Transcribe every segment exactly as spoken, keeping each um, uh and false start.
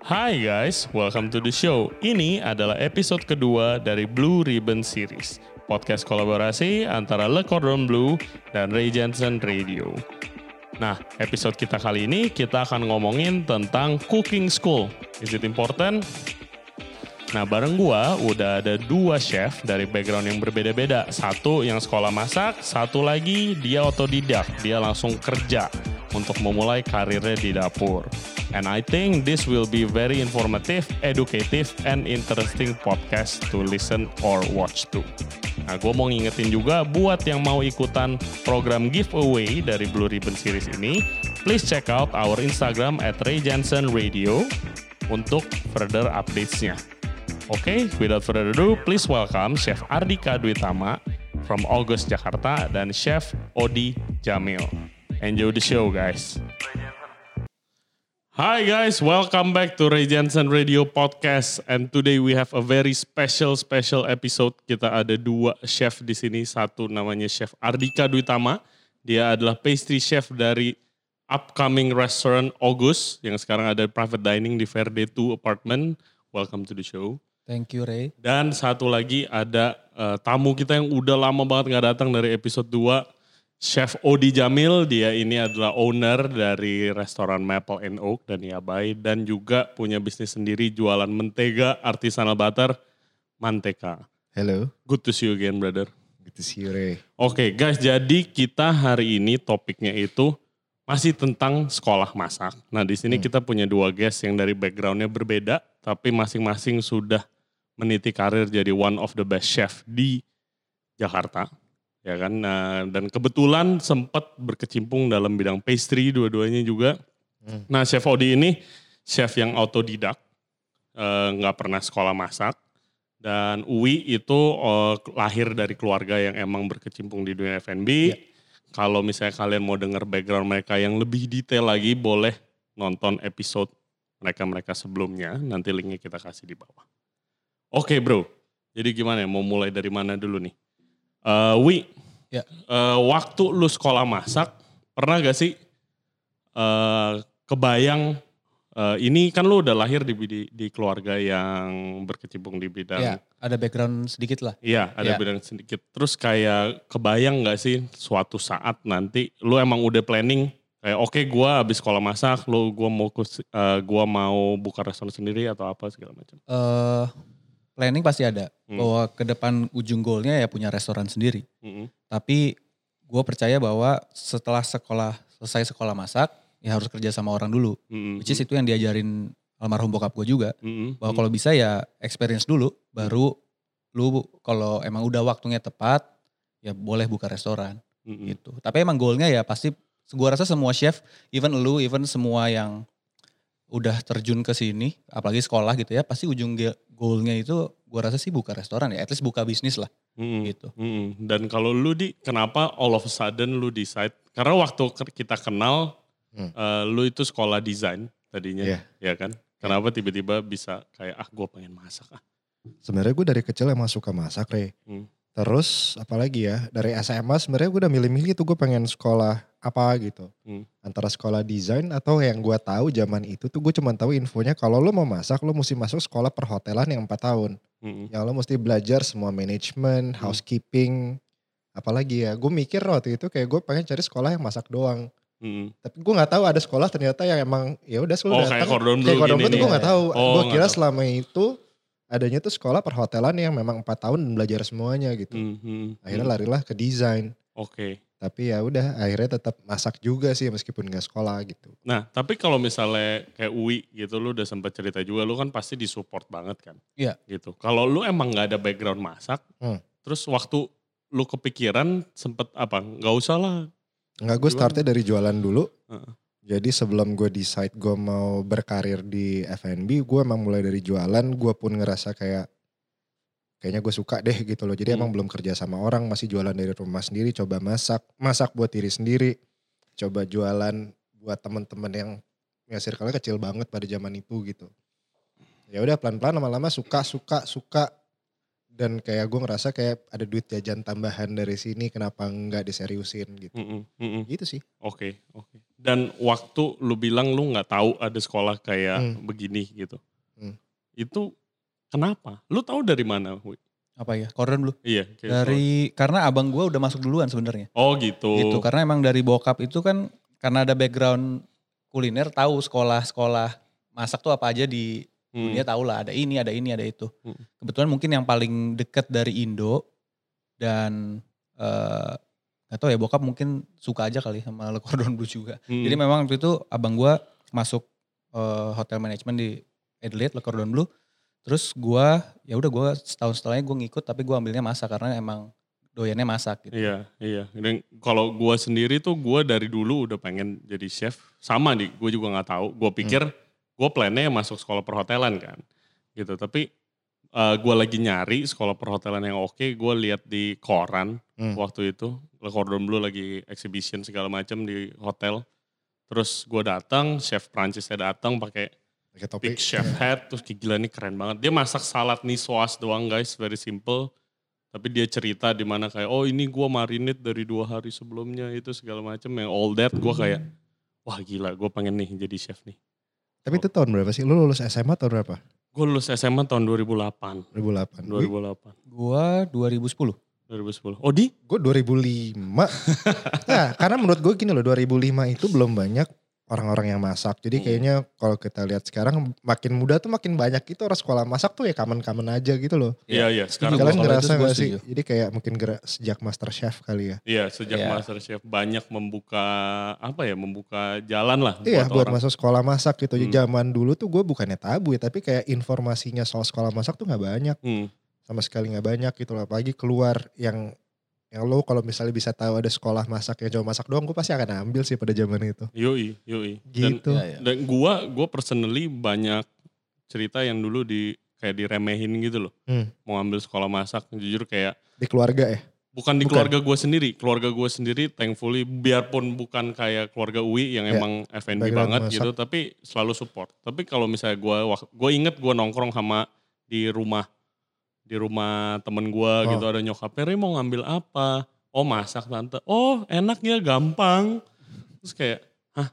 Hai guys, welcome to the show. Ini adalah episode kedua dari Blue Ribbon Series, podcast kolaborasi antara Le Cordon Bleu dan Ray Jensen Radio. Nah, episode kita kali ini kita akan ngomongin tentang cooking school. Is it important? Nah, bareng gua udah ada dua chef dari background yang berbeda-beda. Satu yang sekolah masak, satu lagi dia otodidak, dia langsung kerja untuk memulai karirnya di dapur. And I think this will be very informative, educative, and interesting podcast to listen or watch too. Nah, gue mau ngingetin juga buat yang mau ikutan program giveaway dari Blue Ribbon Series ini, please check out our Instagram at Ray Jensen Radio untuk further updates-nya. Oke, okay, without further ado, please welcome Chef Ardika Dwitama from August, Jakarta, dan Chef Odi Jamil. Enjoy the show, guys. Hi guys, welcome back to Ray Jensen Radio Podcast. And today we have a very special special episode. Kita ada dua chef di sini. Satu namanya Chef Ardika Dwitama. Dia adalah pastry chef dari upcoming restaurant August yang sekarang ada private dining di Verde two Apartment. Welcome to the show. Thank you, Ray. Dan satu lagi ada uh, tamu kita yang udah lama banget gak datang dari episode dua. Chef Odi Jamil, dia ini adalah owner dari restoran Maple and Oak dan Yabai. Dan juga punya bisnis sendiri jualan mentega artisanal butter Manteka. Hello. Good to see you again, brother. Good to see you, Ray. Oke okay, guys, jadi kita hari ini topiknya itu masih tentang sekolah masak. Nah di sini hmm. kita punya dua guest yang dari backgroundnya berbeda. Tapi masing-masing sudah meniti karir jadi one of the best chef di Jakarta. Ya kan, nah, dan kebetulan sempat berkecimpung dalam bidang pastry dua-duanya juga. Hmm. Nah, Chef Odi ini chef yang autodidak, nggak eh, pernah sekolah masak. Dan Uwi itu eh, lahir dari keluarga yang emang berkecimpung di dunia F and B. Ya. Kalau misalnya kalian mau dengar background mereka yang lebih detail lagi, boleh nonton episode mereka-mereka sebelumnya. Nanti linknya kita kasih di bawah. Oke bro, jadi gimana ya, mau mulai dari mana dulu nih? Uh, Wi, ya. uh, waktu lu sekolah masak, pernah gak sih uh, kebayang, uh, ini kan lu udah lahir di, di, di keluarga yang berkecimpung di bidang. Ya, ada background sedikit lah. Iya, ada ya. background sedikit. Terus kayak kebayang gak sih suatu saat nanti lu emang udah planning, kayak oke okay, gue abis sekolah masak, lu gue mau, uh, gua mau buka restoran sendiri atau apa segala macam. Uh, Planning pasti ada, hmm. bahwa ke depan ujung goalnya ya punya restoran sendiri. Hmm. Tapi gue percaya bahwa setelah sekolah, selesai sekolah masak, ya harus kerja sama orang dulu. Hmm. Which is itu yang diajarin almarhum bokap gue juga. Hmm. Bahwa kalau bisa ya experience dulu, baru lu kalau emang udah waktunya tepat, ya boleh buka restoran. Hmm. Gitu. Tapi emang goalnya ya pasti, gue rasa semua chef, even lu, even semua yang udah terjun ke sini, apalagi sekolah gitu ya, pasti ujung goalnya itu gue rasa sih buka restoran ya, at least buka bisnis lah hmm, gitu. Hmm. Dan kalau lu di, kenapa all of a sudden lu decide, karena waktu kita kenal, hmm. uh, lu itu sekolah desain tadinya, yeah. ya kan? Kenapa yeah. tiba-tiba bisa kayak, ah gue pengen masak ah. Sebenarnya gue dari kecil emang suka masak, Ray. Hmm. Terus apalagi ya, dari S M A sebenarnya gue udah milih-milih tuh gue pengen sekolah apa gitu. Hmm. Antara sekolah desain atau yang gue tahu zaman itu tuh gue cuma tahu infonya kalau lo mau masak lo mesti masuk sekolah perhotelan yang empat tahun. Hmm. Yang lo mesti belajar semua manajemen, hmm. housekeeping, apalagi ya. Gue mikir waktu itu kayak gue pengen cari sekolah yang masak doang. Hmm. Tapi gue nggak tahu ada sekolah ternyata yang emang ya udah sekolah oh, datang. Kayak Cordon Bleu kayak gini. Gue nggak tahu. Oh, gue kira selama itu adanya tuh sekolah perhotelan yang memang empat tahun dan belajar semuanya gitu. Mm-hmm. Akhirnya larilah ke desain. Oke. Okay. Tapi ya udah akhirnya tetap masak juga sih meskipun gak sekolah gitu. Nah tapi kalau misalnya kayak Uwi gitu, lu udah sempat cerita juga, lu kan pasti disupport banget kan. Iya. Gitu. Kalau lu emang gak ada background masak, hmm. terus waktu lu kepikiran sempet apa, gak usah lah. Enggak, gue startnya dari jualan dulu. Uh-uh. Jadi sebelum gue decide gue mau berkarir di F and B, gue emang mulai dari jualan, gue pun ngerasa kayak, kayaknya gue suka deh gitu loh. Jadi hmm. emang belum kerja sama orang, masih jualan dari rumah sendiri, coba masak, masak buat diri sendiri, coba jualan buat teman-teman yang ya circle-nya kecil banget pada zaman itu gitu. Ya udah pelan-pelan lama-lama suka, suka, suka. Dan kayak gue ngerasa kayak ada duit jajan tambahan dari sini, kenapa nggak diseriusin gitu. Mm-mm, mm-mm. Gitu sih. Oke, okay, oke. Okay. Dan waktu lu bilang lu nggak tahu ada sekolah kayak Hmm. begini gitu. Hmm. Itu kenapa? Lu tahu dari mana? Wi? Apa ya? Cordon Bleu. Iya. Dari karena abang gue udah masuk duluan sebenarnya. Oh gitu. Gitu karena emang dari bokap itu kan karena ada background kuliner, tahu sekolah-sekolah masak tuh apa aja di Hmm. dunia, tahu lah ada ini, ada ini, ada itu. Hmm. Kebetulan mungkin yang paling deket dari Indo dan uh, gak tau ya bokap mungkin suka aja kali sama Le Cordon Bleu juga. Hmm. Jadi memang waktu itu abang gue masuk uh, hotel manajemen di Adelaide, Le Cordon Bleu. Terus gue ya udah gue setahun setelahnya gue ngikut, tapi gue ambilnya masak karena emang doyannya masak gitu. Iya, iya. Dan kalau gue sendiri tuh gue dari dulu udah pengen jadi chef. Sama nih, gue juga nggak tahu. Gue pikir hmm. gue plannya masuk sekolah perhotelan kan, gitu. Tapi uh, gue lagi nyari sekolah perhotelan yang oke. Gue lihat di koran hmm. waktu itu, Le Cordon Bleu lagi exhibition segala macam di hotel. Terus gue datang, chef Prancisnya datang pakai big chef hat, terus gila nih keren banget. Dia masak salad niçoise doang guys, very simple. Tapi dia cerita di mana kayak, oh ini gue marinate dari dua hari sebelumnya itu segala macam, yang all that. Gue kayak, wah gila, gue pengen nih jadi chef nih. Tapi itu tahun berapa sih? Lu lulus S M A tahun berapa? Gue lulus S M A tahun dua ribu delapan. dua ribu delapan. dua ribu delapan. Gue dua ribu sepuluh. dua ribu sepuluh. Oh di? Gue dua ribu lima. Nah, karena menurut gue gini loh, dua ribu lima itu belum banyak orang-orang yang masak. Jadi kayaknya hmm. kalau kita lihat sekarang makin muda tuh makin banyak itu orang sekolah masak tuh ya kaman-kaman aja gitu loh. Iya, iya. Sekarang kalian ngerasa gak sih? Jadi kayak mungkin gerak sejak Master Chef kali ya. Iya, sejak yeah. Master Chef banyak membuka apa ya, membuka jalan lah. Iya, buat, buat orang. masuk sekolah masak gitu. Hmm. Zaman dulu tuh gue bukannya tabu ya, tapi kayak informasinya soal sekolah masak tuh gak banyak. Hmm. Sama sekali gak banyak gitu loh. Apalagi keluar yang yang lo kalau misalnya bisa tahu ada sekolah masak yang cuma masak doang, gue pasti akan ambil sih pada zaman itu. Yoi, yoi. Gitu. Dan, ya, ya. dan gue, gue personally banyak cerita yang dulu di kayak diremehin gitu loh. Hmm. Mau ambil sekolah masak, jujur kayak. Di keluarga ya? Bukan di bukan. keluarga gue sendiri. Keluarga gue sendiri thankfully, biarpun bukan kayak keluarga Uwi yang ya, emang F and B banget masak. Gitu, tapi selalu support. Tapi kalau misalnya gue, gue inget gue nongkrong sama di rumah. Di rumah temen gue oh. gitu ada nyokapnya, mau ngambil apa? Oh masak tante. Oh enak ya, gampang. Terus kayak, hah?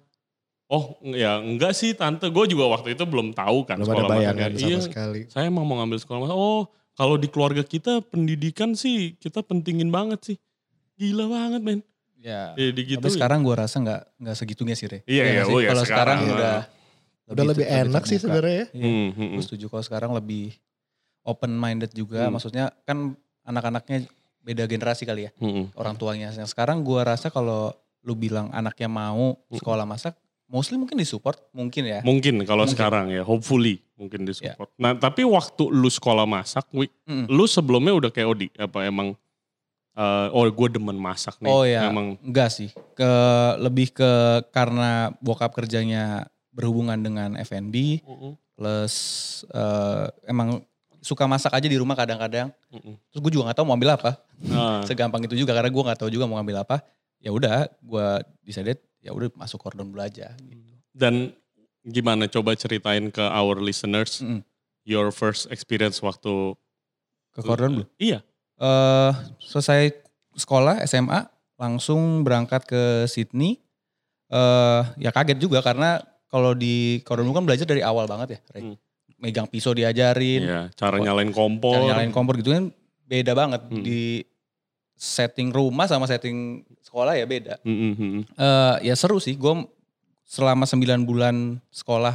Oh ya enggak sih tante. Gue juga waktu itu belum tahu kan belum sekolah masak. Sama iya, sekali. Saya emang mau ngambil sekolah masak. Oh kalau di keluarga kita pendidikan sih kita pentingin banget sih. Gila banget men. Ya. Ya gitu. Tapi sekarang gue rasa nggak nggak segitunya sih Re. Iya iya. Oh, ya, kalau sekarang, sekarang udah udah lebih, lebih enak sih sebenarnya ya. Iya. Hmm, hmm. Gue setuju kalau sekarang lebih open minded juga, hmm. maksudnya kan anak-anaknya beda generasi kali ya, hmm. orang tuanya. Yang sekarang gue rasa kalau lu bilang anaknya mau sekolah masak, mostly mungkin disupport, mungkin ya. Mungkin kalau sekarang ya, hopefully mungkin disupport. Ya. Nah tapi waktu lu sekolah masak, Wik, hmm. lu sebelumnya udah kayak Odi, apa emang, uh, oh gue demen masak nih. Oh ya, emang. Enggak sih, ke lebih ke karena bokap kerjanya berhubungan dengan F and B, uh-uh. plus uh, emang suka masak aja di rumah kadang-kadang. Mm-mm. Terus gue juga nggak tahu mau ambil apa. Uh. Segampang itu juga karena gue nggak tahu juga mau ambil apa. Ya udah, gue decided ya udah masuk Cordon Bleu aja. Gitu. Dan gimana? Coba ceritain ke our listeners Mm-mm. your first experience waktu ke Cordon Bleu. Uh, iya. Uh, selesai sekolah S M A langsung berangkat ke Sydney. Uh, ya kaget juga karena kalau di Cordon Bleu kan belajar dari awal banget ya, Ray. Hmm. Megang pisau diajarin. Iya, cara nyalain kompor. Cara nyalain kompor gitu kan beda banget. Hmm. Di setting rumah sama setting sekolah ya beda. Hmm, hmm. Uh, ya seru sih, gue selama sembilan bulan sekolah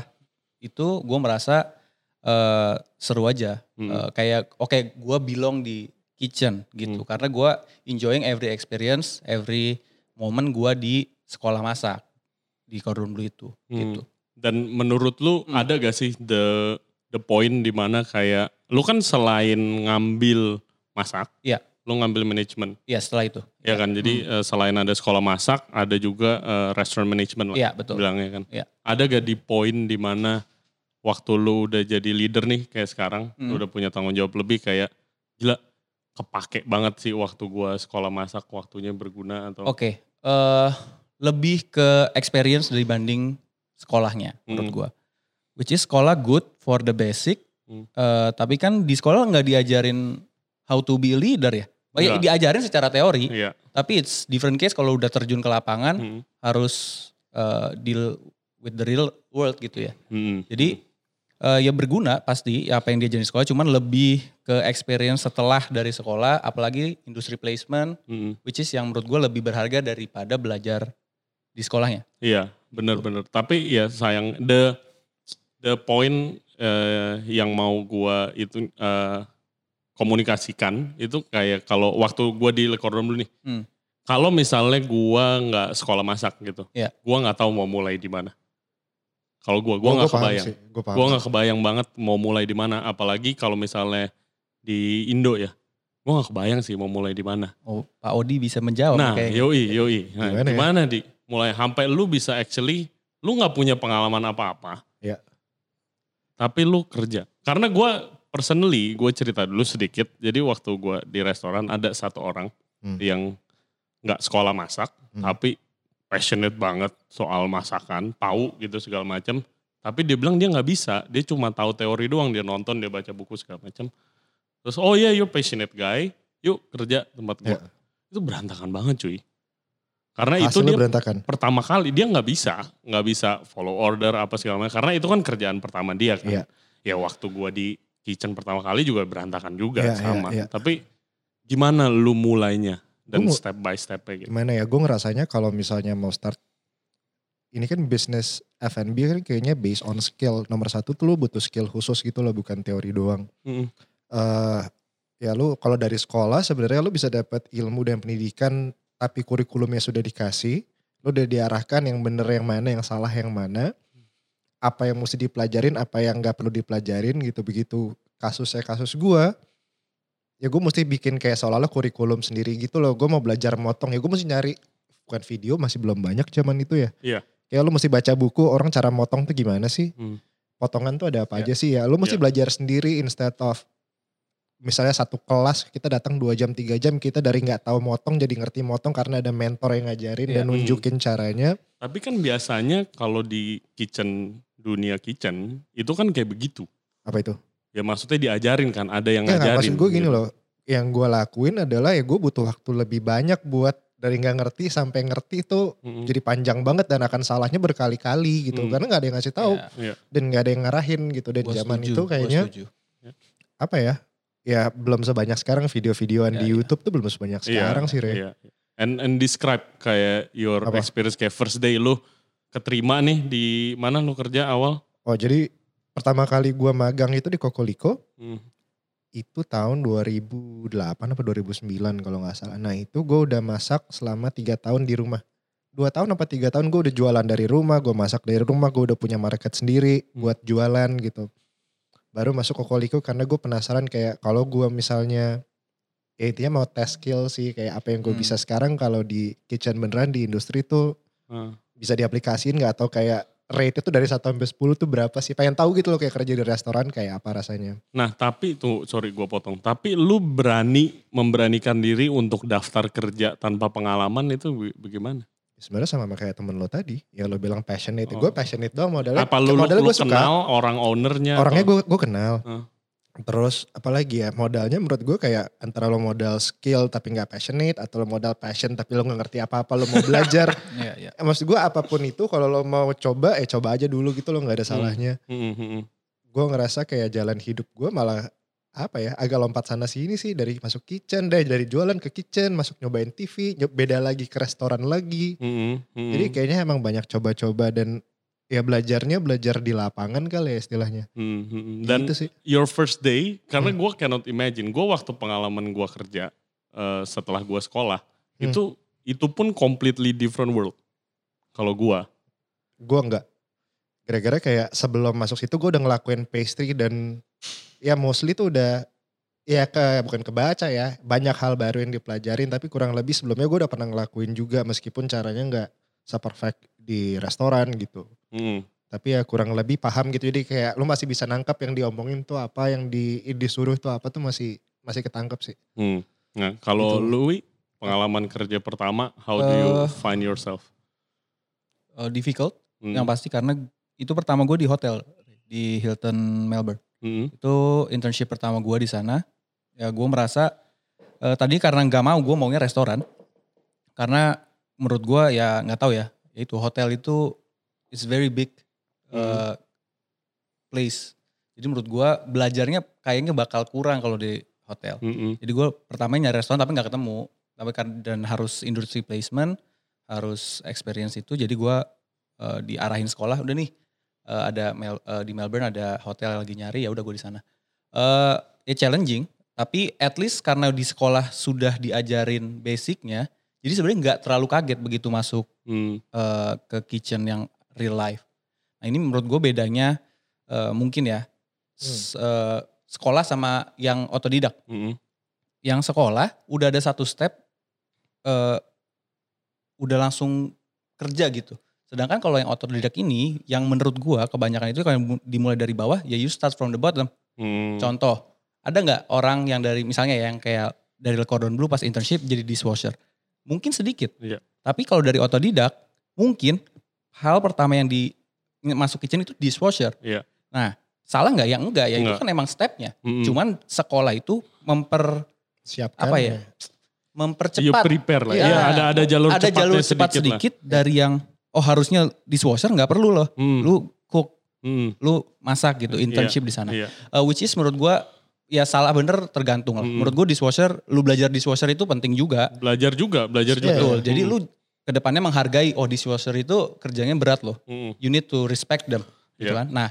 itu gue merasa uh, seru aja. Hmm. Uh, kayak oke okay, gue belong di kitchen gitu. Hmm. Karena gue enjoying every experience, every moment gue di sekolah masak. Di Cordon Bleu itu hmm. gitu. Dan menurut lu hmm. ada gak sih the the point di mana kayak lu kan selain ngambil masak, ya. Lu ngambil manajemen. Iya setelah itu. Ya, ya kan, jadi hmm. uh, selain ada sekolah masak, ada juga uh, restaurant management lah. Iya betul. Bilangnya kan. Ya. Ada gak di poin di mana waktu lu udah jadi leader nih kayak sekarang, hmm. lu udah punya tanggung jawab lebih kayak gila kepake banget sih waktu gua sekolah masak, waktunya berguna atau? Oke, okay. uh, lebih ke experience dibanding sekolahnya menurut hmm. gue. Which is sekolah good for the basic. Hmm. Uh, tapi kan di sekolah gak diajarin how to be a leader ya. Oh, ya, diajarin secara teori, iya. Tapi it's different case kalau udah terjun ke lapangan hmm. harus uh, deal with the real world gitu ya. Hmm. Jadi uh, ya berguna pasti apa yang dia jadi sekolah, cuman lebih ke experience setelah dari sekolah, apalagi industry placement, hmm. which is yang menurut gue lebih berharga daripada belajar di sekolahnya. Iya, benar-benar. Tapi ya sayang the the point uh, yang mau gue itu uh, komunikasikan itu kayak kalau waktu gue di Le Cordon Bleu nih, hmm. kalau misalnya gue nggak sekolah masak gitu, yeah. gue nggak tahu mau mulai di mana. Kalau gue, gue nggak kebayang, gue nggak kebayang banget mau mulai di mana. Apalagi kalau misalnya di Indo ya, gue nggak kebayang sih mau mulai di mana. Oh, Pak Odi bisa menjawab. Nah, kayak yoi, yoi. Nah, gimana, gimana ya? Di mulai sampai lu bisa actually, lu nggak punya pengalaman apa-apa, yeah. tapi lu kerja. Karena gue personally, gue cerita dulu sedikit. Jadi waktu gue di restoran ada satu orang hmm. yang gak sekolah masak, hmm. tapi passionate banget soal masakan, tahu gitu segala macam. Tapi dia bilang dia gak bisa, dia cuma tahu teori doang, dia nonton, dia baca buku segala macam. Terus oh iya, yeah, you're passionate guy, yuk kerja tempat gue. Yeah. Itu berantakan banget cuy. Karena hasilnya itu dia berantakan. Pertama kali dia gak bisa, gak bisa follow order apa segala macam. Karena itu kan kerjaan pertama dia kan. Yeah. Ya waktu gue di kitchen pertama kali juga berantakan juga yeah, sama. Yeah, yeah. Tapi gimana lu mulainya dan gua, step by step-nya gitu? Gimana ya, gue ngerasanya kalau misalnya mau start, ini kan bisnis F and B kan kayaknya based on skill. Nomor satu tuh lu butuh skill khusus gitu loh, bukan teori doang. Mm-hmm. Uh, ya lu kalau dari sekolah sebenarnya lu bisa dapat ilmu dan pendidikan, tapi kurikulumnya sudah dikasih. Lu udah diarahkan yang bener yang mana, yang salah yang mana. Apa yang mesti dipelajarin, apa yang gak perlu dipelajarin gitu. Begitu kasusnya kasus gue, ya gue mesti bikin kayak seolah-olah kurikulum sendiri gitu loh. Gue mau belajar motong, ya gue mesti nyari, bukan video masih belum banyak zaman itu ya. Iya. Kayak lu mesti baca buku orang cara motong tuh gimana sih. Hmm. Potongan tuh ada apa yeah. aja sih ya. Lu mesti yeah. belajar sendiri instead of, misalnya satu kelas kita datang dua jam, tiga jam, kita dari gak tahu motong jadi ngerti motong karena ada mentor yang ngajarin yeah. dan nunjukin hmm. caranya. Tapi kan biasanya kalau di kitchen, dunia kitchen itu kan kayak begitu. Apa itu? Ya maksudnya diajarin kan, ada yang ya, ngajarin. Maksud gue gini gitu. Loh, yang gue lakuin adalah ya gue butuh waktu lebih banyak buat dari gak ngerti sampai ngerti tuh mm-hmm. jadi panjang banget dan akan salahnya berkali-kali gitu. Mm. Karena gak ada yang ngasih tahu yeah. dan gak ada yang ngarahin gitu. Dan gua zaman setuju, itu kayaknya apa ya, ya belum sebanyak sekarang video-videoan yeah, di YouTube yeah. tuh belum sebanyak sekarang yeah, sih Re. Yeah. And, and describe kayak your apa? Experience kayak first day lu keterima nih di mana lu kerja awal? Oh jadi pertama kali gue magang itu di Kokoliko, hmm. itu tahun dua ribu delapan apa dua ribu sembilan kalau gak salah. Nah itu gue udah masak selama tiga tahun di rumah. Dua tahun apa tiga tahun gue udah jualan dari rumah, gue masak dari rumah, gue udah punya market sendiri hmm. buat jualan gitu. Baru masuk Kokoliko karena gue penasaran kayak kalau gue misalnya, ya intinya mau tes skill sih kayak apa yang gue hmm. bisa sekarang kalau di kitchen beneran di industri tuh. Hmm. Bisa diaplikasiin gak atau kayak rate itu dari satu sampai sepuluh tuh berapa sih? Pengen tahu gitu loh kayak kerja di restoran kayak apa rasanya. Nah tapi tuh sorry gue potong. Tapi lu berani memberanikan diri untuk daftar kerja tanpa pengalaman itu bagaimana? Sebenarnya sama kayak temen lo tadi. Ya lo bilang passionate. Oh. Gue passionate doang modalnya. Apa lu, modalnya lu, lu kenal suka. Orang ownernya? Orangnya gue gue kenal. Hmm. Terus apalagi ya modalnya menurut gue kayak antara lo modal skill tapi gak passionate atau lo modal passion tapi lo gak ngerti apa-apa lo mau belajar. yeah, yeah. Maksud gue apapun itu kalau lo mau coba eh coba aja dulu gitu lo gak ada salahnya. Hmm. Hmm. Gue ngerasa kayak jalan hidup gue malah apa ya agak lompat sana sini sih dari masuk kitchen deh dari jualan ke kitchen masuk nyobain T V beda lagi ke restoran lagi. Hmm. Hmm. Jadi kayaknya emang banyak coba-coba dan ya belajarnya belajar di lapangan kali ya istilahnya. Hmm, hmm. Dan gitu sih. Your first day, karena hmm. gue cannot imagine, gue waktu pengalaman gue kerja uh, setelah gue sekolah, hmm. itu itu pun completely different world. Kalau gue. Gue enggak. Gara-gara kayak sebelum masuk situ gue udah ngelakuin pastry dan ya mostly tuh udah, ya ke, bukan kebaca ya, banyak hal baru yang dipelajarin tapi kurang lebih sebelumnya gue udah pernah ngelakuin juga meskipun caranya enggak se-perfect di restoran gitu. Hmm. Tapi ya kurang lebih paham gitu. Jadi kayak lu masih bisa nangkap yang diomongin tuh apa, yang di, disuruh tuh apa tuh masih masih ketangkep sih. Hmm. Nah kalau gitu. Louis, pengalaman kerja pertama, how do you uh, find yourself? Uh, difficult, hmm. yang pasti karena itu pertama gue di hotel, di Hilton Melbourne. Hmm. Itu internship pertama gue di sana. Ya gue merasa uh, tadi karena nggak mau gue maunya restoran. Karena menurut gue ya nggak tahu ya, itu hotel itu it's very big uh, hmm. place. Jadi menurut gue belajarnya kayaknya bakal kurang kalau di hotel. Hmm. Jadi gue pertama nyari restoran tapi nggak ketemu. Tapi dan harus industry placement, harus experience itu. Jadi gue uh, diarahin sekolah, udah nih uh, ada Mel, uh, di Melbourne ada hotel lagi nyari, ya udah gue di sana. Uh, ya challenging, tapi at least karena di sekolah sudah diajarin basicnya, jadi sebenarnya nggak terlalu kaget begitu masuk hmm. uh, ke kitchen yang real life. Nah ini menurut gue bedanya uh, mungkin ya hmm. uh, sekolah sama yang otodidak. Hmm. Yang sekolah udah ada satu step, uh, udah langsung kerja gitu. Sedangkan kalau yang otodidak ini, yang menurut gue kebanyakan itu kalau dimulai dari bawah, ya you start from the bottom. Hmm. Contoh, ada nggak orang yang dari misalnya yang kayak dari Le Cordon Bleu pas internship jadi dishwasher? Mungkin sedikit. Yeah. Tapi kalau dari otodidak, mungkin hal pertama yang di masuk kitchen itu dishwasher. Yeah. Nah, salah nggak? Yang enggak ya enggak. Itu kan emang stepnya. Mm-hmm. Cuman sekolah itu mempersiapkan apa ya? Mempercepat. You prepare lah. Ya, ya ada ada jalur ada jalur cepat sedikit, sedikit dari yang oh harusnya dishwasher nggak perlu loh. Mm. Lu cook. Hmm. Lu masak gitu, internship yeah, di sana. Yeah. Uh, which is menurut gue ya salah bener tergantung lah. Hmm. Menurut gue dishwasher, lu belajar dishwasher itu penting juga. Belajar juga, belajar yeah. juga. Betul, hmm. jadi lu kedepannya menghargai, oh dishwasher itu kerjanya berat loh. Hmm. You need to respect them. Gitu yeah. kan. Nah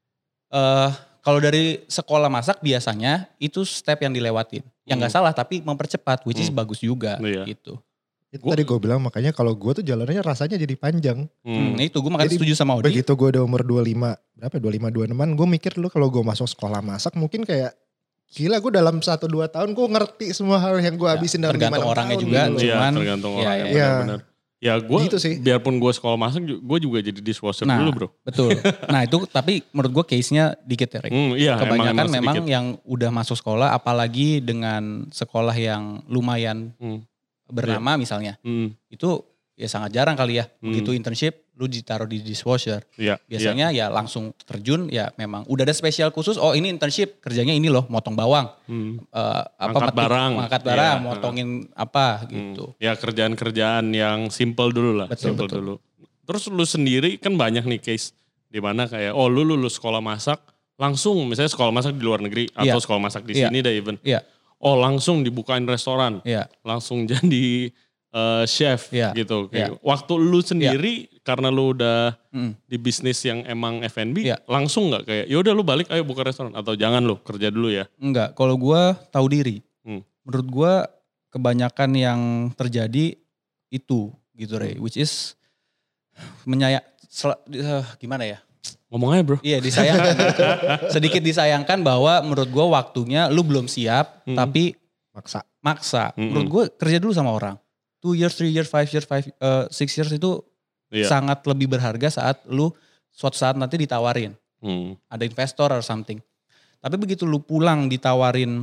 uh, kalau dari sekolah masak biasanya itu step yang dilewatin. Yang gak hmm. salah tapi mempercepat, which is hmm. bagus juga yeah. gitu. Itu gua, tadi gue bilang makanya kalau gue tuh jalannya rasanya jadi panjang. Hmm, itu gue makanya jadi, setuju sama Odi. Begitu gue udah umur dua puluh lima, berapa dua puluh lima, dua puluh enam, gue mikir dulu kalau gue masuk sekolah masak mungkin kayak gila gue dalam satu dua tahun gue ngerti semua hal yang gue habisin ya, dalam lima enam tahun. Tergantung orangnya juga. Gitu. Cuman, ya, tergantung ya, orangnya ya. benar-benar. Ya gue gitu biarpun gue sekolah masak gue juga jadi dishwasher nah, dulu bro. Betul. Nah itu tapi menurut gue case-nya dikit ya Rick. Hmm, iya, kebanyakan memang sedikit. Yang udah masuk sekolah apalagi dengan sekolah yang lumayan hmm. bernama yeah. misalnya, hmm. itu ya sangat jarang kali ya. Hmm. Begitu internship, lu ditaruh di dishwasher. Yeah. Biasanya yeah. ya langsung terjun, ya memang udah ada spesial khusus. Oh ini internship, kerjanya ini loh, motong bawang, hmm. uh, apa angkat barang, angkat barang, yeah. motongin uh. apa gitu. Hmm. Ya kerjaan-kerjaan yang simple dulu lah, betul, simple betul. dulu. Terus lu sendiri kan banyak nih case di mana kayak, oh lu lulus sekolah masak, langsung misalnya sekolah masak di luar negeri atau yeah. sekolah masak di yeah. sini deh even. Iya. Yeah. Oh langsung dibukain restoran, yeah. langsung jadi uh, chef yeah. gitu. Kayak yeah. Waktu lu sendiri yeah. karena lu udah mm. di bisnis yang emang F and B, yeah. langsung nggak kayak, yaudah lu balik ayo buka restoran atau jangan lu kerja dulu ya? Enggak, kalau gue tahu diri. Hmm. Menurut gue kebanyakan yang terjadi itu gitu Ray, hmm. which is menyayak uh, gimana ya? Ngomong aja bro. Iya disayangkan. Sedikit disayangkan bahwa menurut gue waktunya lu belum siap hmm. tapi maksa. Maksa. Hmm. Menurut gue kerja dulu sama orang. Two years, three years, five years, five, uh, six years itu yeah. sangat lebih berharga saat lu suatu saat nanti ditawarin. Hmm. Ada investor or something. Tapi begitu lu pulang ditawarin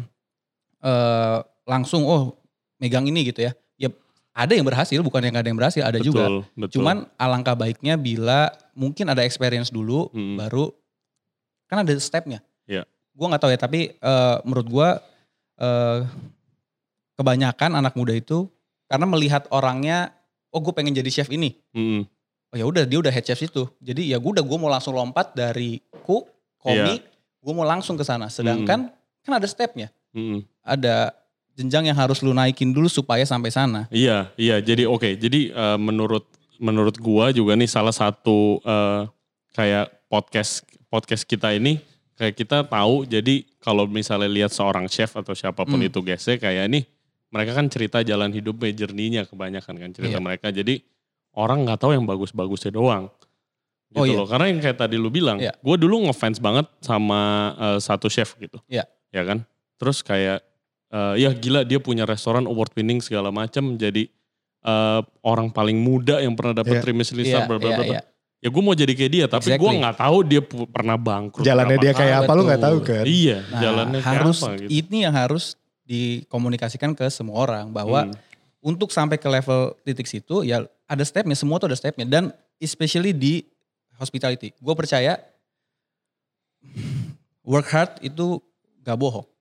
uh, langsung oh megang ini gitu ya. Ya ada yang berhasil, bukan yang gak ada yang berhasil, ada betul, juga. Betul. Cuman alangkah baiknya bila mungkin ada experience dulu, hmm. baru kan ada stepnya. Yeah. Gue nggak tahu ya, tapi uh, menurut gue uh, kebanyakan anak muda itu karena melihat orangnya, oh gue pengen jadi chef ini. Hmm. Oh ya udah dia udah head chef itu. Jadi ya gue udah gue mau langsung lompat dari cook, komi, yeah. gue mau langsung ke sana. Sedangkan hmm. kan ada stepnya, hmm. ada jenjang yang harus lu naikin dulu supaya sampai sana. Iya, iya. Jadi oke. Okay. Jadi uh, menurut menurut gua juga nih salah satu uh, kayak podcast podcast kita ini kayak kita tahu. Jadi kalau misalnya lihat seorang chef atau siapapun hmm. itu guysnya kayak nih mereka kan cerita jalan hidupnya, journey-nya kebanyakan kan cerita iya. mereka. Jadi orang nggak tahu yang bagus-bagusnya doang. Gitu oh, iya. loh. Karena yang kayak tadi lu bilang, iya. gua dulu ngefans banget sama uh, satu chef gitu. Iya. Ya kan? Terus kayak Uh, ya gila dia punya restoran award winning segala macam jadi uh, orang paling muda yang pernah dapat yeah. three Michelin star yeah, bla bla bla. Yeah, yeah. Ya gue mau jadi kayak dia tapi exactly. gue nggak tahu dia pu- pernah bangkrut. Jalannya dia kayak apa lu nggak tahu kan? Iya, nah, jalannya harus, kayak apa gitu. Ini yang harus dikomunikasikan ke semua orang bahwa hmm. untuk sampai ke level titik situ ya ada stepnya, semua tuh ada stepnya dan especially di hospitality. Gue percaya work hard itu gak bohong.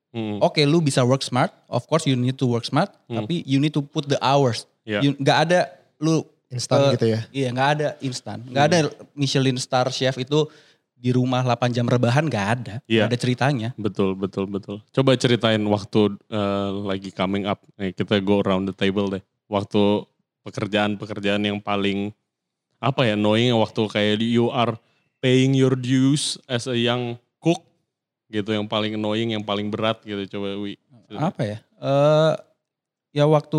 Hmm. Oke, okay, lu bisa work smart. Of course you need to work smart. Hmm. Tapi you need to put the hours. Yeah. You, gak ada lu instan uh, gitu ya? Iya, gak ada instan. Gak hmm. ada Michelin star chef itu di rumah delapan jam rebahan, gak ada. Yeah. Gak ada ceritanya. Betul, betul, betul. Coba ceritain waktu uh, lagi coming up. Nih, kita go around the table deh. Waktu pekerjaan-pekerjaan yang paling apa ya, annoying waktu kayak you are paying your dues as a young cook gitu, yang paling annoying, yang paling berat gitu. Coba Wi. Apa ya? Uh, ya waktu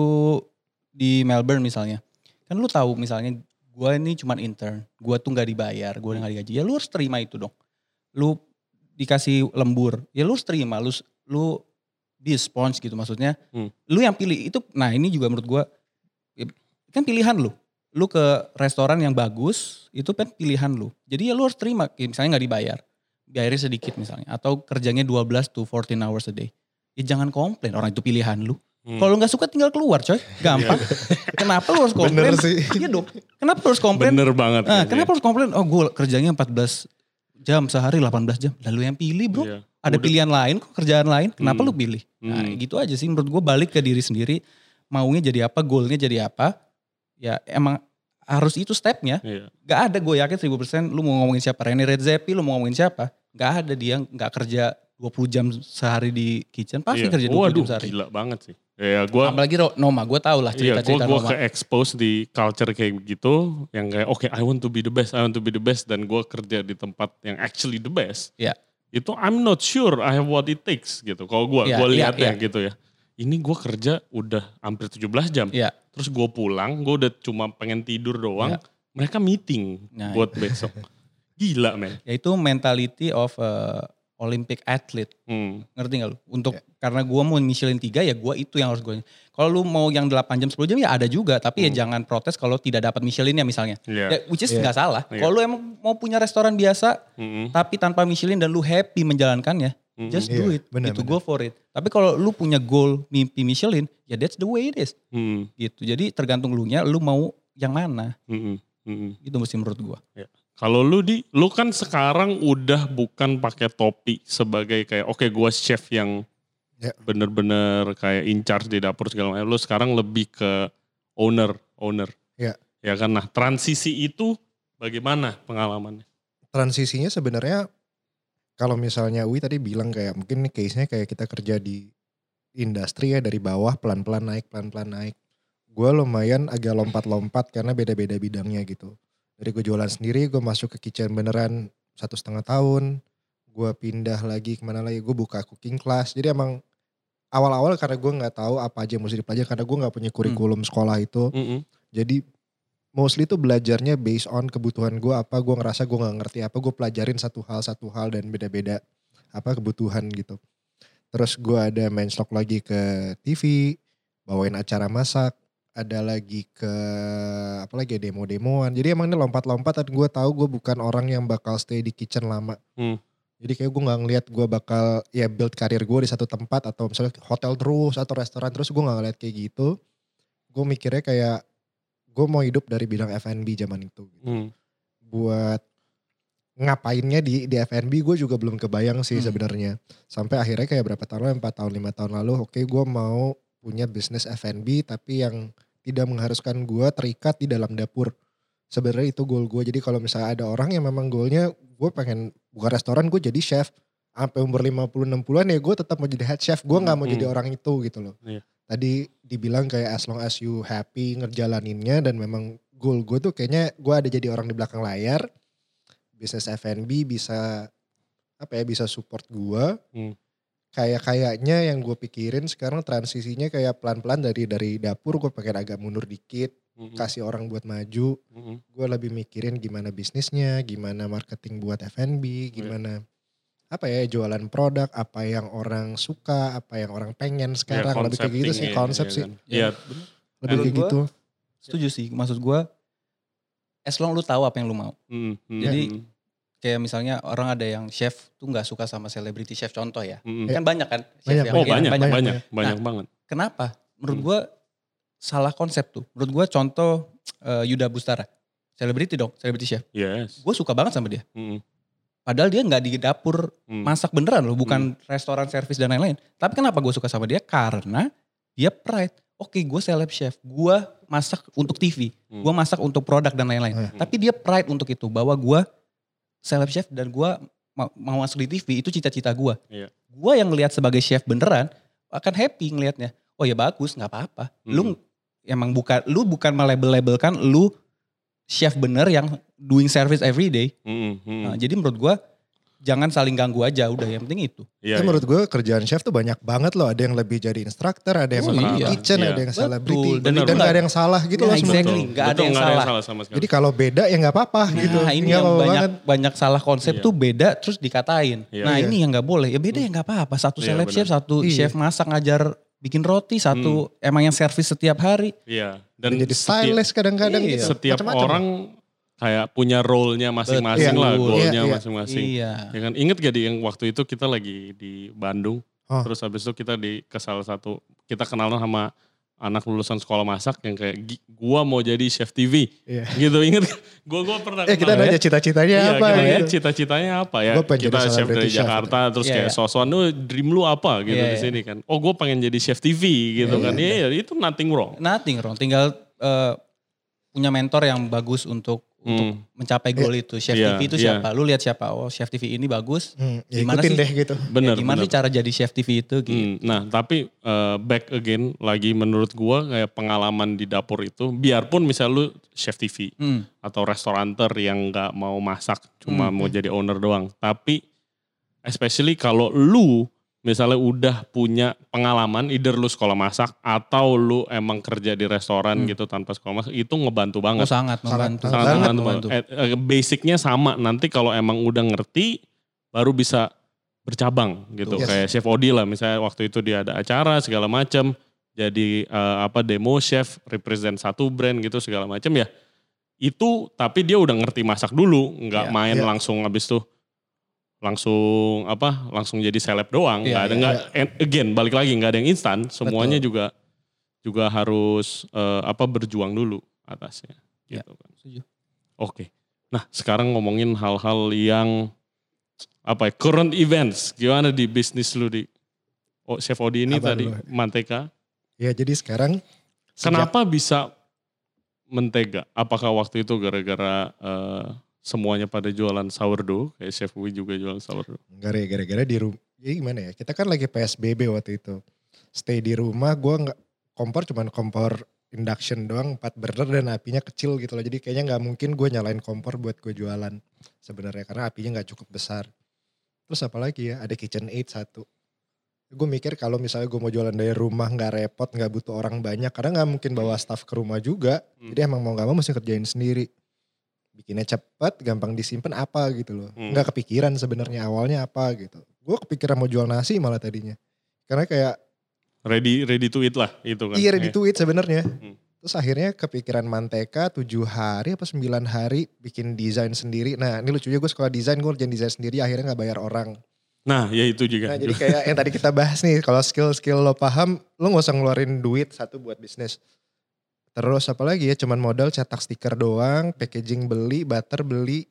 di Melbourne misalnya. Kan lu tahu misalnya gue ini cuman intern. Gue tuh gak dibayar, gue gak digaji. Ya lu harus terima itu dong. Lu dikasih lembur, ya lu harus terima. Lu, lu be sponge gitu maksudnya. Hmm. Lu yang pilih itu, nah ini juga menurut gue, kan pilihan lu. Lu ke restoran yang bagus, itu kan pilihan lu. Jadi ya lu harus terima, misalnya gak dibayar. Bayarnya sedikit misalnya. Atau kerjanya twelve to fourteen hours a day. Ya jangan komplain, orang itu pilihan lu. Hmm. Kalau lu gak suka tinggal keluar coy, gampang. Kenapa lu harus komplain? Bener sih. Iya dong, kenapa lu harus komplain? Bener banget. Nah, kenapa harus komplain? Oh gue kerjanya empat belas jam sehari, delapan belas jam. Lalu yang pilih bro. Iya. Ada udah. Pilihan lain kok, kerjaan lain. Kenapa hmm. lu pilih? Nah hmm. gitu aja sih menurut gue, balik ke diri sendiri. Maunya jadi apa, goalnya jadi apa. Ya emang harus itu stepnya. Iya. Gak ada, gue yakin seribu persen lu mau ngomongin siapa. Rene Redzepi lu mau ngomongin siapa. Gak ada dia gak kerja dua puluh jam sehari di kitchen. Pasti iya. kerja dua puluh Waduh, jam sehari. Gila banget sih. Ya, gua, apalagi Noma, gue tau lah cerita-cerita iya, gua, Noma. Gue ke-expose di culture kayak gitu. Yang kayak oke okay, I want to be the best, I want to be the best. Dan gue kerja di tempat yang actually the best. Iya. Itu I'm not sure I have what it takes gitu. Kalau gue, yeah, gue lihat yeah, ya yeah. gitu ya. Ini gue kerja udah hampir tujuh belas jam. Yeah. Terus gue pulang, gue udah cuma pengen tidur doang. Yeah. Mereka meeting nah, buat iya. besok. Gila men. Ya itu mentality of uh, Olympic athlete. Hmm. Ngerti gak lu? Untuk yeah. karena gue mau Michelin tiga ya gue itu yang harus gue. Kalau lu mau yang delapan jam sepuluh jam ya ada juga. Tapi hmm. ya jangan protes kalau tidak dapat Michelinnya misalnya. Yeah. Ya, which is yeah. gak salah. Yeah. Kalau lu emang mau punya restoran biasa. Hmm. Tapi tanpa Michelin dan lu happy menjalankannya. Hmm. Just do yeah. it. Bener, gitu, bener. Go for it. Tapi kalau lu punya goal mimpi Michelin. Ya that's the way it is. Hmm. Gitu. Jadi tergantung lu nya. Lu mau yang mana. Hmm. Hmm. Itu mesti menurut gue. Yeah. Kalau lu di, lu kan sekarang udah bukan pakai topi sebagai kayak oke okay, gue chef yang yeah. bener-bener kayak in charge di dapur segala macam. Lu sekarang lebih ke owner, owner. Ya. Yeah. Ya kan, nah transisi itu bagaimana pengalamannya? Transisinya sebenarnya kalau misalnya Uwi tadi bilang kayak mungkin case-nya kayak kita kerja di industri ya dari bawah pelan-pelan naik, pelan-pelan naik. Gue lumayan agak lompat-lompat karena beda-beda bidangnya gitu. Dari gue jualan sendiri, gue masuk ke kitchen beneran satu setengah tahun. Gue pindah lagi kemana lagi, gue buka cooking class. Jadi emang awal-awal karena gue gak tahu apa aja yang mesti dipelajari. Karena gue gak punya kurikulum hmm. sekolah itu. Mm-hmm. Jadi mostly tuh belajarnya based on kebutuhan gue apa. Gue ngerasa gue gak ngerti apa, gue pelajarin satu hal, satu hal dan beda-beda apa kebutuhan gitu. Terus gue ada main stock lagi ke T V, bawain acara masak. Ada lagi ke apa lagi ya, demo-demoan. Jadi emang ini lompat-lompat dan gue tahu gue bukan orang yang bakal stay di kitchen lama. Hmm. Jadi kayak gue gak ngeliat gue bakal ya build karir gue di satu tempat atau misalnya hotel terus atau restoran terus, gue gak ngeliat kayak gitu. Gue mikirnya kayak gue mau hidup dari bidang F and B zaman itu. Gitu. Hmm. Buat ngapainnya di di F and B gue juga belum kebayang sih hmm. sebenarnya. Sampai akhirnya kayak berapa tahun lalu, empat tahun, lima tahun lalu, oke okay, gue mau punya bisnis F and B tapi yang tidak mengharuskan gue terikat di dalam dapur. Sebenarnya itu goal gue. Jadi kalau misalnya ada orang yang memang goalnya gue pengen buka restoran, gue jadi chef. Sampai umur lima puluh enam puluhan ya gue tetap mau jadi head chef. Gue gak mau hmm. jadi orang itu gitu loh. Yeah. Tadi dibilang kayak as long as you happy ngerjalaninnya dan memang goal gue tuh kayaknya gue ada jadi orang di belakang layar. Bisnis F and B bisa apa ya, bisa support gue. Hmm. Kayak kayaknya yang gue pikirin sekarang transisinya kayak pelan-pelan dari dari dapur gue pengen agak mundur dikit, mm-hmm. kasih orang buat maju. Mm-hmm. Gue lebih mikirin gimana bisnisnya, gimana marketing buat F and B, gimana yeah. apa ya jualan produk, apa yang orang suka, apa yang orang pengen sekarang. Yeah, lebih kayak gitu sih, konsep yeah, sih. Iya, yeah. lebih kayak gitu. Setuju sih, maksud gue as long lu tahu apa yang lu mau. Mm-hmm. Jadi kayak misalnya orang ada yang chef tuh gak suka sama celebrity chef, contoh ya. Mm-hmm. Kan banyak kan chef banyak, yang oh, banyak, banyak, banyak, nah, banyak banget. Kenapa? Menurut mm. gue salah konsep tuh. Menurut gue contoh uh, Yuda Bustara. Celebrity dong, celebrity chef. Yes. Gue suka banget sama dia. Mm-hmm. Padahal dia nggak di dapur hmm. masak beneran loh, bukan hmm. restoran servis dan lain-lain. Tapi kenapa gue suka sama dia? Karena dia pride. Oke, gue celeb chef, gue masak untuk T V, hmm. gue masak untuk produk dan lain-lain. Hmm. Tapi dia pride untuk itu, bahwa gue celeb chef dan gue mau, mau masuk di T V, itu cita-cita gue. Yeah. Gue yang ngelihat sebagai chef beneran akan happy ngelihatnya. Oh ya bagus, nggak apa-apa. Hmm. Lu emang bukan, lu bukan melabel-labelkan lu chef bener yang doing service every day. Hmm, hmm. Nah, jadi menurut gue jangan saling ganggu aja, udah yang penting itu. Ya, ya. Menurut gue kerjaan chef tuh banyak banget loh. Ada yang lebih jadi instruktur, ada yang oh, iya. kitchen, iya. ada yang celebrity. Dan gak ada yang salah gitu ya, loh exactly. sebenarnya. Gak ada yang Betul, salah. salah sama jadi kalau beda ya gak apa-apa nah, gitu. Nah ini yang banyak, banyak salah konsep iya. tuh beda terus dikatain. Iya. Nah iya. ini yang gak boleh. Ya beda hmm. ya gak apa-apa. Satu iya, celeb chef, satu iya. chef masak ngajar bikin roti, satu hmm. emang yang servis setiap hari. Iya. Dan, Dan jadi stylist kadang-kadang iya. gitu. Setiap macam-macam. Orang kayak punya role-nya masing-masing iya, lah, goal-nya iya, masing-masing. Iya. Ya kan, inget gak di yang waktu itu kita lagi di Bandung, oh. terus habis itu kita di ke salah satu, kita kenalan sama anak lulusan sekolah masak yang kayak gua mau jadi chef T V, iya. gitu inget? Gua gua pernah. Eh kita nanya cita-citanya iya, apa? Kita gitu. cita-citanya apa ya? Kita chef dari chef, Jakarta, gitu. Terus yeah, kayak yeah. sosokan, lu dream lu apa gitu yeah, di sini kan? Oh gua pengen jadi chef T V gitu yeah, kan? Iya yeah, yeah. itu nothing wrong. Nothing wrong, tinggal uh, punya mentor yang bagus untuk untuk hmm. mencapai goal yeah. itu. Chef yeah, T V itu siapa? Yeah. Lu lihat siapa? Oh chef T V ini bagus. Hmm, ya gimana sih? Deh gitu. Bener, ya, gimana bener. sih cara jadi chef T V itu? Gitu. Hmm, nah tapi uh, back again lagi menurut gua kayak pengalaman di dapur itu. Biarpun misal lu chef T V hmm. atau restoranter yang gak mau masak. Cuma hmm. mau jadi owner doang. Tapi especially kalau lu misalnya udah punya pengalaman, either lu sekolah masak atau lu emang kerja di restoran hmm. gitu tanpa sekolah masak, itu ngebantu banget. Oh sangat membantu. Sangat, sangat, sangat membantu. Eh, basicnya sama, nanti kalau emang udah ngerti, baru bisa bercabang gitu. Yes. Kayak Chef Odi lah, misalnya waktu itu dia ada acara segala macam, jadi uh, apa demo chef, represent satu brand gitu segala macam ya. Itu tapi dia udah ngerti masak dulu, nggak yeah. main yeah. langsung habis tuh. langsung apa langsung jadi seleb doang nggak yeah, ada nggak yeah, yeah. again balik lagi nggak ada yang instan semuanya Betul. juga juga harus uh, apa berjuang dulu atasnya yeah. gitu kan. Oke okay. Nah sekarang ngomongin hal-hal yang apa ya current events gimana di bisnis lu di oh, Chef Odi ini apa tadi lu? Mantega ya jadi sekarang kenapa sejak... bisa mentega apakah waktu itu gara-gara uh, semuanya pada jualan sourdough, kayak Chef Wi juga jualan sourdough. Enggak ya, gara-gara di rumah, ya gimana ya, kita kan lagi P S B B waktu itu. Stay di rumah, gue gak, kompor cuman kompor induction doang, empat burner dan apinya kecil gitu loh. Jadi kayaknya gak mungkin gue nyalain kompor buat gue jualan sebenarnya karena apinya gak cukup besar. Terus apalagi ya, ada KitchenAid satu. Gue mikir kalau misalnya gue mau jualan dari rumah gak repot, gak butuh orang banyak, karena gak mungkin bawa staff ke rumah juga. Hmm. Jadi emang mau gak mau mesti kerjain sendiri. Bikinnya cepet, gampang disimpan apa gitu loh. Hmm. Nggak kepikiran sebenarnya awalnya apa gitu. Gue kepikiran mau jual nasi malah tadinya. Karena kayak ready ready to eat lah itu kan. Iya ready to eat sebenarnya. Hmm. Terus akhirnya kepikiran manteka tujuh hari apa sembilan hari bikin desain sendiri. Nah ini lucunya gue sekolah desain, gue kerjain desain sendiri akhirnya gak bayar orang. Nah ya itu juga. Nah jadi kayak yang tadi kita bahas nih, kalau skill-skill lo paham, lo gak usah ngeluarin duit satu buat bisnis. Terus apalagi ya cuman modal cetak stiker doang, packaging beli, butter beli,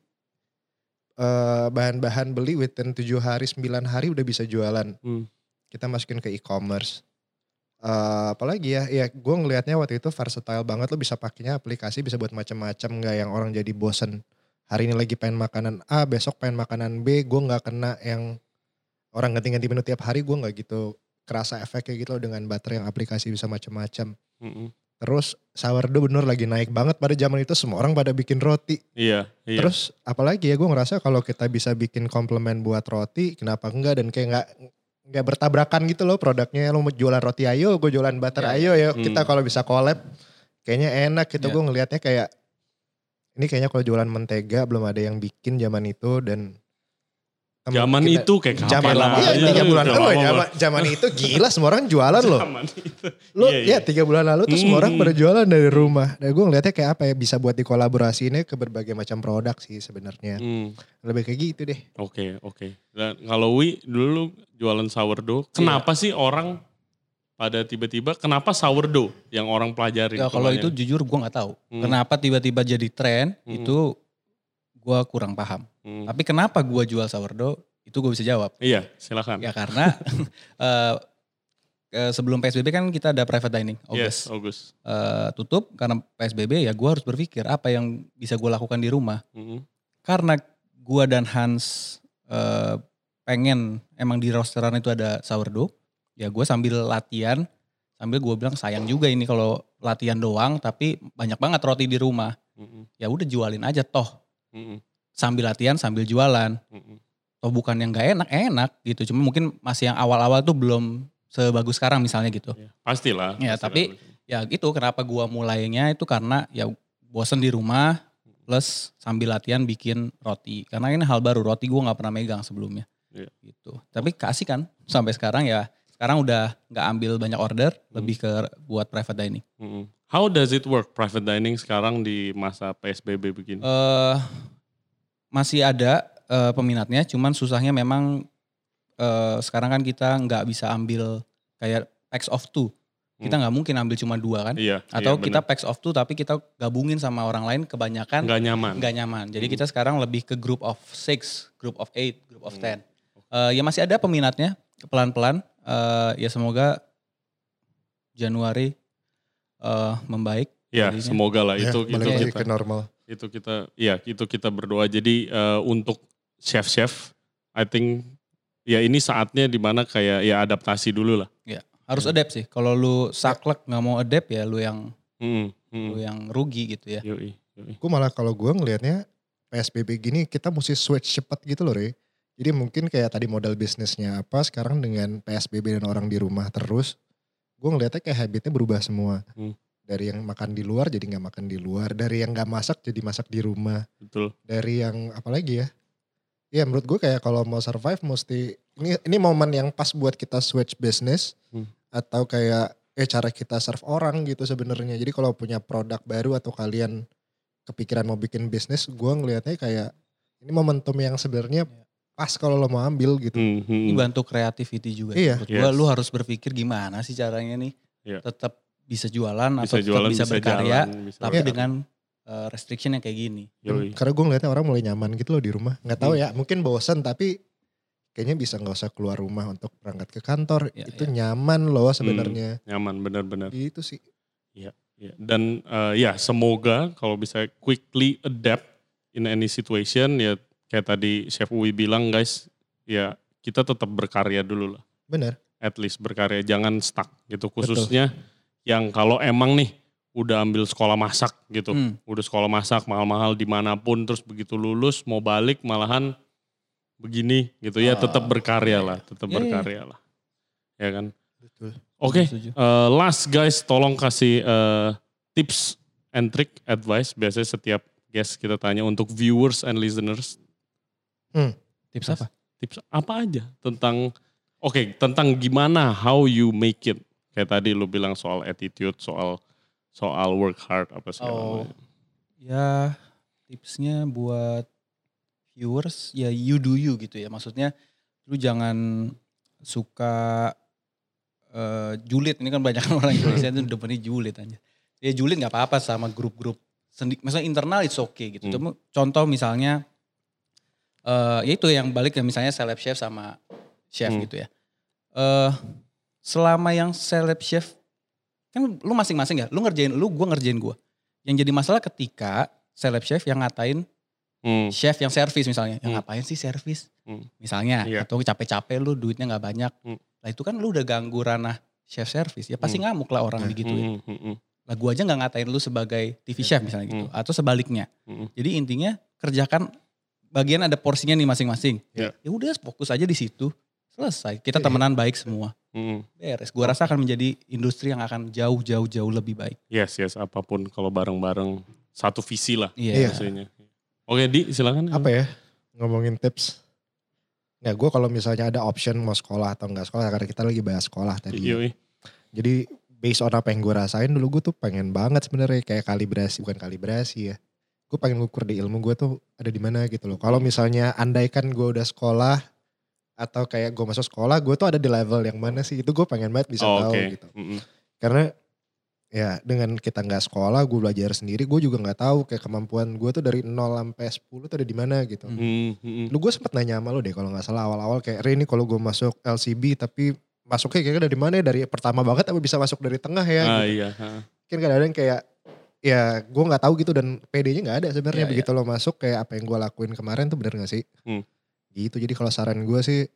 uh, bahan-bahan beli within tujuh hari, sembilan hari udah bisa jualan. Hmm. Kita masukin ke e-commerce. Uh, apalagi ya, ya gue ngelihatnya waktu itu versatile banget, lo bisa pakainya aplikasi, bisa buat macam-macam, gak yang orang jadi bosen. Hari ini lagi pengen makanan A, besok pengen makanan B, gue gak kena yang orang ganti-ganti menu tiap hari, gue gak gitu kerasa efeknya gitu loh dengan butter yang aplikasi bisa macam-macam. Hmm. Terus sourdough bener lagi naik banget pada zaman itu, semua orang pada bikin roti. Iya, iya. Terus apalagi ya gue ngerasa kalau kita bisa bikin komplement buat roti, kenapa enggak, dan kayak enggak enggak bertabrakan gitu loh produknya. Lo mau jualan roti ayo, gue jualan butter yeah. ayo ya. Hmm. Kita kalau bisa collab kayaknya enak gitu. Yeah. Gue ngelihatnya kayak ini kayaknya kalau jualan mentega belum ada yang bikin zaman itu dan zaman kita, itu kayak kapan zaman lama iya, tiga bulan lalu zaman, zaman itu gila semua orang jualan loh. Lo iya, iya. ya tiga bulan lalu tuh hmm, semua orang pada jualan dari rumah. Dan gue ngeliatnya kayak apa ya, bisa buat dikolaborasiinnya ke berbagai macam produk sih sebenarnya. Hmm. Lebih kayak gitu deh. Oke okay, oke. Okay. Dan kalau Wi dulu jualan sourdough, kenapa iya. sih orang pada tiba-tiba kenapa sourdough yang orang pelajari? Ya, kalau itu jujur gue nggak tahu. Hmm. Kenapa tiba-tiba jadi tren hmm. itu gue kurang paham. Hmm. Tapi kenapa gue jual sourdough, itu gue bisa jawab. Iya, silakan. Ya karena uh, sebelum P S B B kan kita ada private dining, August. Yes, August. Uh, tutup karena P S B B, ya gue harus berpikir apa yang bisa gue lakukan di rumah. Hmm. Karena gue dan Hans uh, pengen emang di restoran itu ada sourdough, ya gue sambil latihan, sambil gue bilang sayang juga ini kalau latihan doang tapi banyak banget roti di rumah. Hmm. Ya udah jualin aja toh. Hmm. Sambil latihan sambil jualan. Hmm. Toh bukan yang gak enak, enak gitu. Cuma mungkin masih yang awal-awal tuh belum sebagus sekarang misalnya gitu. Ya, pastilah. Ya pastilah. tapi ya gitu kenapa gua mulainya itu karena ya bosen di rumah plus sambil latihan bikin roti. Karena ini hal baru, roti gua gak pernah megang sebelumnya. Ya. Gitu. Tapi kasih kan sampai sekarang ya. Sekarang udah gak ambil banyak order, hmm. lebih ke buat private dining. Hmm. How does it work private dining sekarang di masa P S B B begini? Uh, masih ada. Uh, peminatnya, cuman susahnya memang uh, sekarang kan kita nggak bisa ambil kayak packs of two. Kita nggak hmm. mungkin ambil cuma dua kan? Iya, Atau iya, kita packs of two tapi kita gabungin sama orang lain kebanyakan nggak nyaman. Nggak nyaman. Jadi hmm. kita sekarang lebih ke group of six, group of eight, group of hmm. ten. Uh, ya masih ada peminatnya pelan-pelan. Uh, ya semoga Januari uh, membaik. Ya jadinya. Semoga lah itu ya, itu kita ke normal. Itu kita, ya itu kita berdoa. Jadi uh, untuk chef-chef, I think ya ini saatnya dimana kayak ya adaptasi dulu lah. Ya harus ya. Adapt sih. Kalau lu saklek nggak mau adapt ya lu yang hmm, hmm. lu yang rugi gitu ya. Yoi, yoi. Gue malah kalau gue ngelihatnya P S B B gini kita mesti switch cepat gitu loh Re. Jadi mungkin kayak tadi modal bisnisnya apa, sekarang dengan P S B B dan orang di rumah terus, gue ngelihatnya kayak habitnya berubah semua. Hmm. Dari yang makan di luar jadi gak makan di luar, dari yang gak masak jadi masak di rumah. Betul. Dari yang apa lagi ya, ya menurut gue kayak kalau mau survive mesti, ini ini momen yang pas buat kita switch bisnis, hmm. atau kayak eh cara kita serve orang gitu sebenarnya. Jadi kalau punya produk baru atau kalian kepikiran mau bikin bisnis, gue ngelihatnya kayak ini momentum yang sebenarnya pas kalau lo mau ambil gitu. Hmm, hmm. Ini bantu creativity juga. Iya. Menurut gue yes. Lu harus berpikir gimana sih caranya nih yeah. tetap bisa jualan bisa atau jualan, tetap bisa, bisa berkarya jalan, bisa tapi iya. dengan uh, restriction yang kayak gini. Yoi. Karena gue ngeliatnya orang mulai nyaman gitu loh di rumah. Gak tahu ya, mungkin bosan tapi kayaknya bisa gak usah keluar rumah untuk berangkat ke kantor. Ya, itu ya. Nyaman loh sebenarnya. Hmm, nyaman benar-benar. Gitu sih. Iya. Ya. Dan uh, ya semoga kalau bisa quickly adapt in any situation ya kayak tadi Chef Uwi bilang guys, ya kita tetap berkarya dulu lah. Benar. At least berkarya, jangan stuck gitu khususnya. Betul. Yang kalau emang nih udah ambil sekolah masak gitu, hmm. udah sekolah masak mahal-mahal dimanapun terus begitu lulus mau balik malahan begini gitu ya, tetap berkarya lah, tetap yeah, berkarya yeah. lah, ya kan. Betul. Oke, okay, uh, last guys, tolong kasih uh, tips and trick advice. Biasanya setiap guest kita tanya untuk viewers and listeners. Hmm. Tips apa? Tips apa aja tentang, oke okay, tentang gimana how you make it. Kayak tadi lu bilang soal attitude, soal soal work hard apa segala oh, ya tipsnya buat viewers ya you do you gitu ya. Maksudnya lu jangan suka uh, julid. Ini kan banyak orang Indonesia itu depannya julid aja. Ya julid gak apa-apa sama grup-grup. Maksudnya internal it's okay gitu. Hmm. Contoh misalnya uh, ya itu yang balik ya misalnya celeb chef sama chef hmm. gitu ya. Uh, Selama yang celeb chef, kan lu masing-masing ya, lu ngerjain lu, gue ngerjain gue. Yang jadi masalah ketika celeb chef yang ngatain hmm. chef yang servis misalnya, yang hmm. ngapain sih servis? Hmm. Misalnya, yeah. atau capek-capek lu duitnya gak banyak. Hmm. Lah itu kan lu udah ganggu ranah chef servis, ya pasti hmm. ngamuk lah orang digituin. Hmm. Hmm. Lah gue aja gak ngatain lu sebagai T V chef misalnya gitu, hmm. atau sebaliknya. Hmm. Jadi intinya kerjakan bagian ada porsinya nih masing-masing. Yeah. Ya udah fokus aja di situ. Selesai, kita temenan baik semua. Hmm. Beres, gue rasa akan menjadi industri yang akan jauh-jauh-jauh lebih baik. Yes, yes, apapun kalau bareng-bareng satu visi lah. Iya. Yeah. Oke Di, silakan. Apa ya, ngomongin tips. Nah gue kalau misalnya ada option mau sekolah atau enggak sekolah, karena kita lagi bahas sekolah tadi. Yoi. Jadi based on apa yang gue rasain dulu, gue tuh pengen banget sebenarnya kayak kalibrasi, bukan kalibrasi ya. Gue pengen ngukur di ilmu gue tuh ada di mana gitu loh. Kalau misalnya andaikan gue udah sekolah, atau kayak gue masuk sekolah, gue tuh ada di level yang mana sih, itu gue pengen banget bisa oh, tahu okay. gitu. Mm-hmm. Karena ya dengan kita nggak sekolah, gue belajar sendiri, gue juga nggak tahu kayak kemampuan gue tuh dari nol sampai sepuluh tuh ada di mana gitu. Hmm, hmm. Lu gue sempet nanya sama lu deh kalau nggak salah awal-awal kayak Re ini kalau gue masuk L C B tapi masuknya kayaknya dari mana ya, dari pertama banget tapi bisa masuk dari tengah ya. Ah, gitu. iya. Mungkin kadang-kadang kayak ya gue nggak tahu gitu dan P D-nya nggak ada sebenarnya Ya, begitu ya. Lo masuk kayak apa yang gue lakuin kemarin tuh bener nggak sih? Hmm. Gitu jadi kalau saran gue sih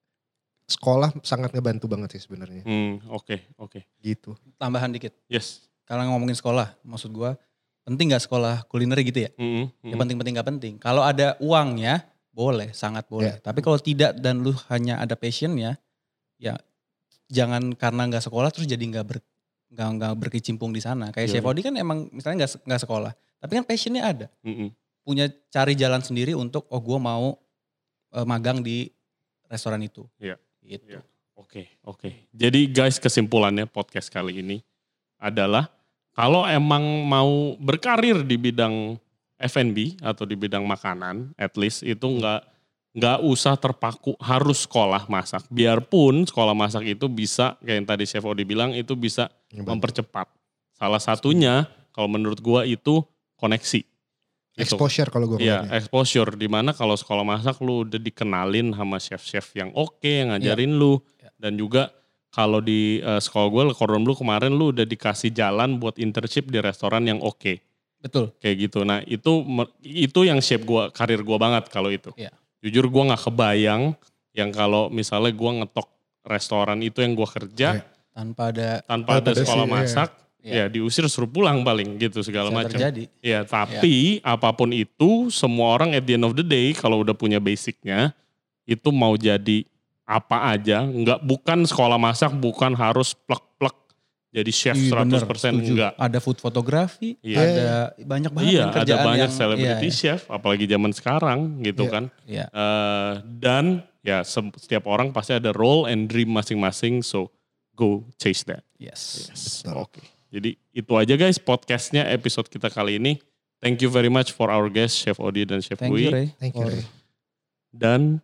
sekolah sangat ngebantu banget sih sebenarnya. Hmm, oke, oke. Gitu. Tambahan dikit. Yes. Kalau ngomongin sekolah, maksud gue penting gak sekolah kuliner gitu ya? Hmm, hmm. Ya penting-penting gak penting. Kalau ada uangnya, boleh, sangat boleh. Ya. Tapi kalau tidak dan lu hanya ada passionnya, ya jangan karena gak sekolah terus jadi gak, ber, gak, gak berkecimpung di sana. Kayak Ya. Chef Odi kan emang misalnya gak, gak sekolah, tapi kan passionnya ada. Hmm. Punya cari jalan sendiri untuk, oh gue mau uh, magang di restoran itu. Iya. Gitu. Ya. Oke, oke. Jadi guys kesimpulannya podcast kali ini adalah kalau emang mau berkarir di bidang F and B atau di bidang makanan, at least itu nggak nggak usah terpaku harus sekolah masak. Biarpun sekolah masak itu bisa kayak yang tadi Chef Odi bilang itu bisa mempercepat. Salah satunya kalau menurut gua itu koneksi. Gitu. Exposure kalau gue Iya, ngeliatnya. exposure. Dimana kalau sekolah masak lu udah dikenalin sama chef-chef yang oke, yang ngajarin lu. Dan juga kalau di uh, sekolah gue, Le Cordon Bleu kemarin lu udah dikasih jalan buat internship di restoran yang oke. Betul. Kayak gitu. Nah itu itu yang shape gue, karir gue banget kalau itu. Iya. Jujur gue gak kebayang yang kalau misalnya gue ngetok restoran itu yang gue kerja. Iya. Tanpa ada. Tanpa ada ada sekolah sih, masak. Iya. Ya diusir suruh pulang paling gitu segala Bisa macam. terjadi. Ya tapi ya. Apapun itu semua orang at the end of the day kalau udah punya basicnya itu mau jadi apa aja, enggak bukan sekolah masak, bukan harus plek-plek jadi chef Iya, seratus bener, persen setuju. enggak. Ada food fotografi, Iya. ada banyak banget Iya, yang ada kerjaan banyak yang, celebrity iya, chef, apalagi zaman sekarang gitu Iya. kan. Iya. Uh, dan ya setiap orang pasti ada role and dream masing-masing, so go chase that. Yes. Yes. Betul. Oke. Okay. Jadi itu aja guys podcastnya episode kita kali ini. Thank you very much for our guest Chef Odi dan Chef Thank Ui. you Ray. Thank you for- Ray. Dan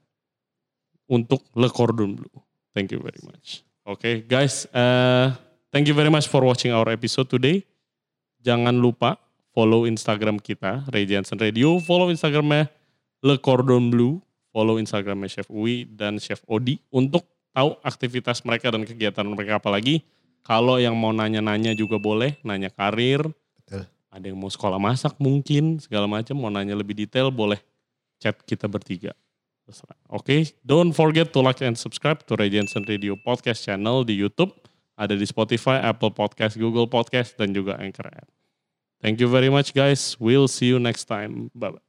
untuk Le Cordon Bleu. Thank you very much. Oke okay, guys, uh, thank you very much for watching our episode today. Jangan lupa follow Instagram kita, Ray Jensen Radio, follow Instagramnya Le Cordon Bleu, follow Instagramnya Chef Ui dan Chef Odi untuk tahu aktivitas mereka dan kegiatan mereka apa lagi. Kalau yang mau nanya-nanya juga boleh, nanya karir. Betul. Ada yang mau sekolah masak mungkin, segala macam, mau nanya lebih detail boleh chat kita bertiga. Oke, okay. Don't forget to like and subscribe to Ray Jensen Radio Podcast channel di YouTube. Ada di Spotify, Apple Podcast, Google Podcast, dan juga Anchor app. Thank you very much guys. We'll see you next time. Bye-bye.